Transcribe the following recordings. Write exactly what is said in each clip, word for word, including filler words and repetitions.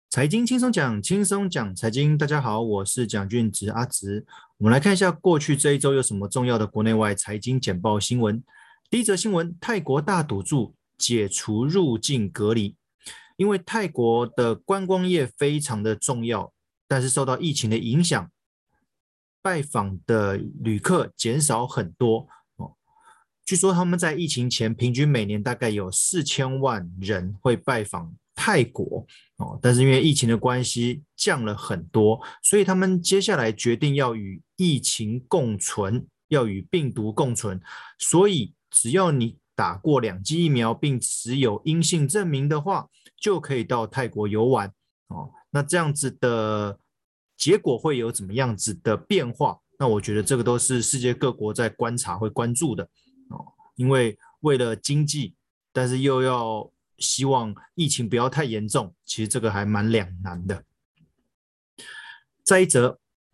财经轻松讲，轻松讲财经。大家好，我是蒋俊植阿植。我们来看一下过去这一周有什么重要的国内外财经简报新闻。第一则新闻：泰国大赌注解除入境隔离。因为泰国的观光业非常的重要，但是受到疫情的影响，拜访的旅客减少很多。哦，据说他们在疫情前平均每年大概有四千万人会拜访泰国。哦，但是因为疫情的关系降了很多，所以他们接下来决定要与疫情共存，要与病毒共存。所以只要你打过两剂疫苗并持有阴性证明的话，就可以到泰国游玩。哦，那这样子的结果会有怎么样子的变化？那我觉得这个都是世界各国在观察会关注的。哦，因为为了经济，但是又要希望疫情不要太严重，其实这个还蛮两难的。再一则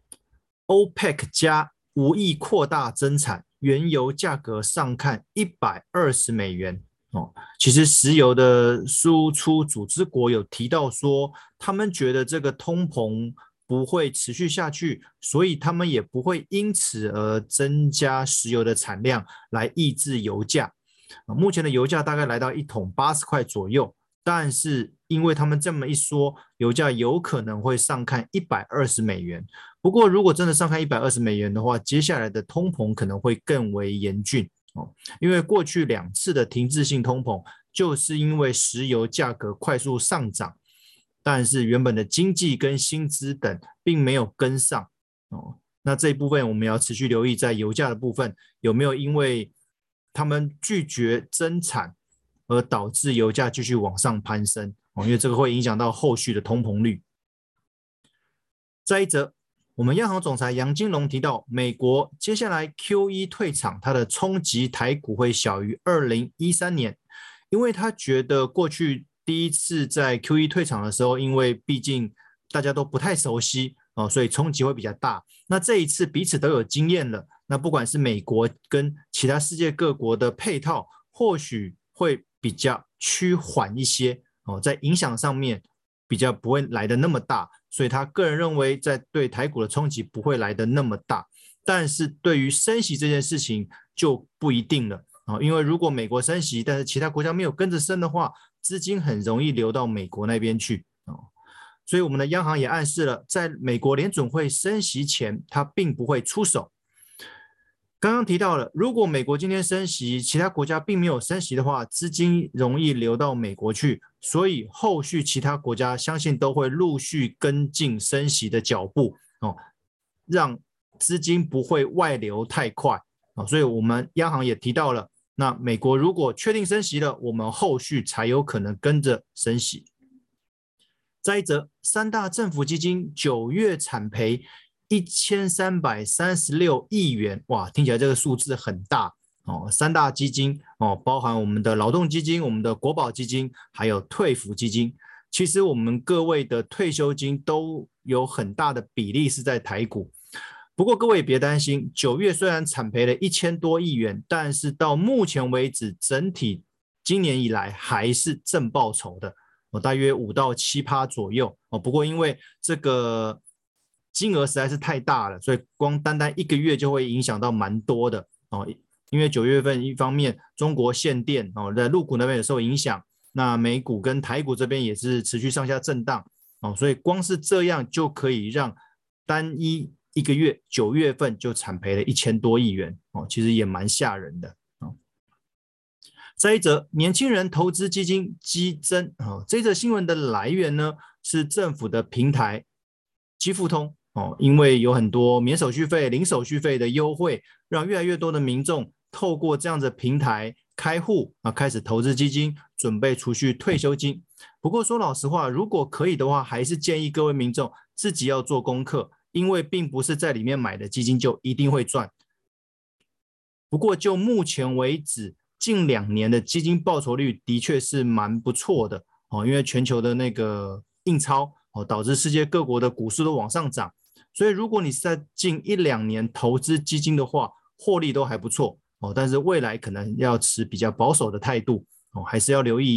，O P E C 加无意扩大增产，原油价格上看一百二十美元。哦，其实石油的输出组织国有提到说，他们觉得这个通膨不会持续下去，所以他们也不会因此而增加石油的产量来抑制油价。目前的油价大概来到一桶八十块左右，但是因为他们这么一说，油价有可能会上看一百二十美元。不过如果真的上看一百二十美元的话，接下来的通膨可能会更为严峻。哦，因为过去两次的停滞性通膨就是因为石油价格快速上涨，但是原本的经济跟薪资等并没有跟上。哦，那这一部分我们要持续留意，在油价的部分有没有因为他们拒绝增产而导致油价继续往上攀升。哦，因为这个会影响到后续的通膨率。再一则，我们央行总裁杨金龙提到，美国接下来 Q E 退场，它的冲击台股会小于二零一三年，因为他觉得过去第一次在 Q E 退场的时候，因为毕竟大家都不太熟悉，哦，所以冲击会比较大。那这一次彼此都有经验了，那不管是美国跟其他世界各国的配套，或许会比较趋缓一些。哦，在影响上面比较不会来的那么大，所以他个人认为在对台股的冲击不会来的那么大。但是对于升息这件事情就不一定了。哦，因为如果美国升息，但是其他国家没有跟着升的话，资金很容易流到美国那边去。哦，所以我们的央行也暗示了，在美国联准会升息前，它并不会出手。刚刚提到了，如果美国今天升息，其他国家并没有升息的话，资金容易流到美国去，所以后续其他国家相信都会陆续跟进升息的脚步。哦，让资金不会外流太快。哦，所以我们央行也提到了，那美国如果确定升息了，我们后续才有可能跟着升息。再一则，三大政府基金九月产赔一千三百三十六亿元，哇，听起来这个数字很大。哦，三大基金，哦，包含我们的劳动基金、我们的国保基金，还有退抚基金。其实我们各位的退休金都有很大的比例是在台股。不过各位也别担心，九月虽然产赔了一千多亿元，但是到目前为止，整体今年以来还是正报酬的。哦，大约五到七趴左右。哦，不过因为这个金额实在是太大了，所以光单单一个月就会影响到蛮多的。哦，因为九月份一方面中国限电，哦，在陆股那边也受影响，那美股跟台股这边也是持续上下震荡。哦，所以光是这样就可以让单一一个月九月份就产赔了一千多亿元。哦，其实也蛮吓人的。再一则，年轻人投资基金激增。哦，这则新闻的来源呢是政府的平台基富通。哦，因为有很多免手续费、零手续费的优惠，让越来越多的民众透过这样的平台开户啊，开始投资基金，准备储蓄退休金。不过说老实话，如果可以的话，还是建议各位民众自己要做功课，因为并不是在里面买的基金就一定会赚。不过就目前为止，近两年的基金报酬率的确是蛮不错的。哦，因为全球的那个印钞，哦，导致世界各国的股市都往上涨，所以如果你是在近一两年投资基金的话，获利都还不错。哦，但是未来可能要持比较保守的态度。哦，还是要留意一下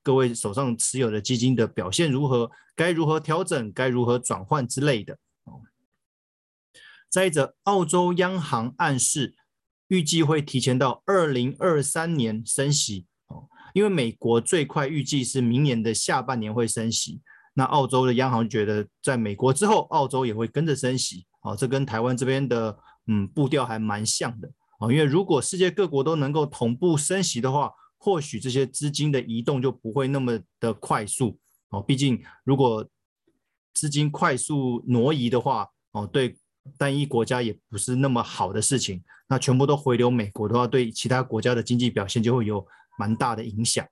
各位手上持有的基金的表现如何，该如何调整，该如何转换之类的。再者，澳洲央行暗示预计会提前到二零二三年升息，因为美国最快预计是明年的下半年会升息，那澳洲的央行觉得在美国之后，澳洲也会跟着升息，这跟台湾这边的嗯步调还蛮像的，因为如果世界各国都能够同步升息的话，或许这些资金的移动就不会那么的快速，毕竟如果资金快速挪移的话，对单一国家也不是那么好的事情，那全部都回流美国的话，对其他国家的经济表现就会有蛮大的影响。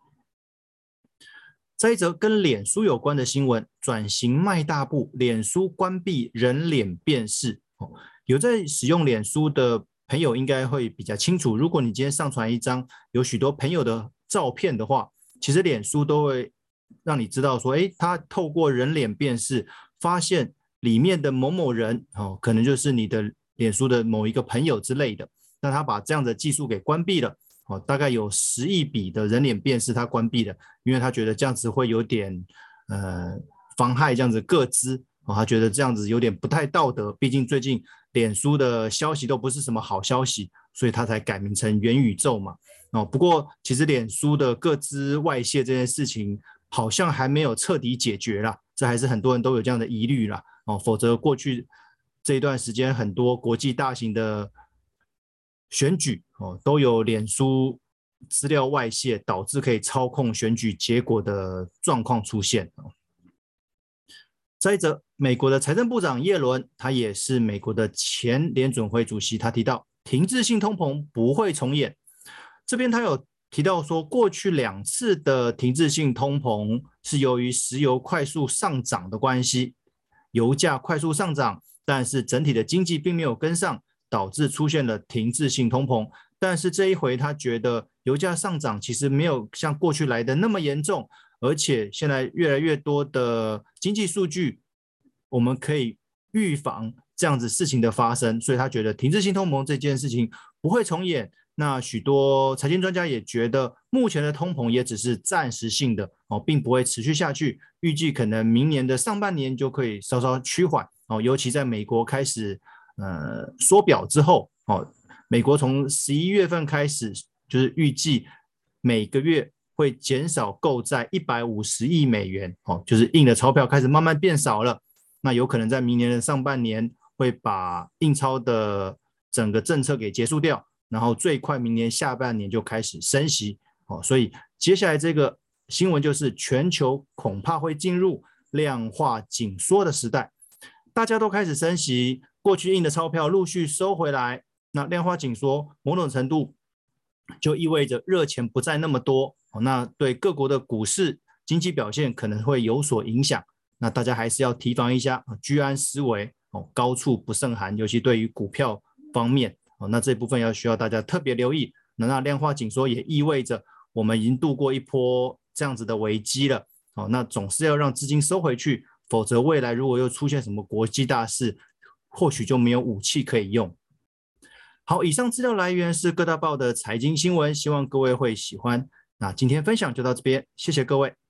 再一则跟脸书有关的新闻，转型迈大步，脸书关闭人脸辨识。有在使用脸书的朋友应该会比较清楚，如果你今天上传一张有许多朋友的照片的话，其实脸书都会让你知道说，诶，他透过人脸辨识发现里面的某某人、哦、可能就是你的脸书的某一个朋友之类的，那他把这样的技术给关闭了、哦、大概有十亿笔的人脸辨识他关闭了，因为他觉得这样子会有点呃妨害这样子个资、哦、他觉得这样子有点不太道德，毕竟最近脸书的消息都不是什么好消息，所以他才改名成元宇宙嘛、哦、不过其实脸书的个资外泄这件事情好像还没有彻底解决啦，这还是很多人都有这样的疑虑啦、哦、否则过去这一段时间很多国际大型的选举、哦、都有脸书资料外泄导致可以操控选举结果的状况出现、哦、再者，美国的财政部长耶伦，他也是美国的前联准会主席，他提到停滞性通膨不会重演。这边他有提到说，过去两次的停滞性通膨是由于石油快速上涨的关系，油价快速上涨，但是整体的经济并没有跟上，导致出现了停滞性通膨。但是这一回他觉得油价上涨其实没有像过去来的那么严重，而且现在越来越多的经济数据我们可以预防这样子事情的发生，所以他觉得停滞性通膨这件事情不会重演。那许多财经专家也觉得目前的通膨也只是暂时性的、哦、并不会持续下去，预计可能明年的上半年就可以稍稍趋缓、哦、尤其在美国开始呃缩表之后、哦、美国从十一月份开始就是预计每个月会减少购债一百五十亿美元、哦、就是印的钞票开始慢慢变少了，那有可能在明年的上半年会把印钞的整个政策给结束掉，然后最快明年下半年就开始升息、哦、所以接下来这个新闻就是全球恐怕会进入量化紧缩的时代，大家都开始升息，过去印的钞票陆续收回来，那量化紧缩某种程度就意味着热钱不再那么多、哦、那对各国的股市经济表现可能会有所影响，那大家还是要提防一下居安思危、哦、高处不胜寒，尤其对于股票方面、哦、那这部分要需要大家特别留意。那量化紧缩也意味着我们已经度过一波这样子的危机了、哦、那总是要让资金收回去，否则未来如果又出现什么国际大事，或许就没有武器可以用。好，以上资料来源是各大报的财经新闻，希望各位会喜欢。那今天分享就到这边，谢谢各位。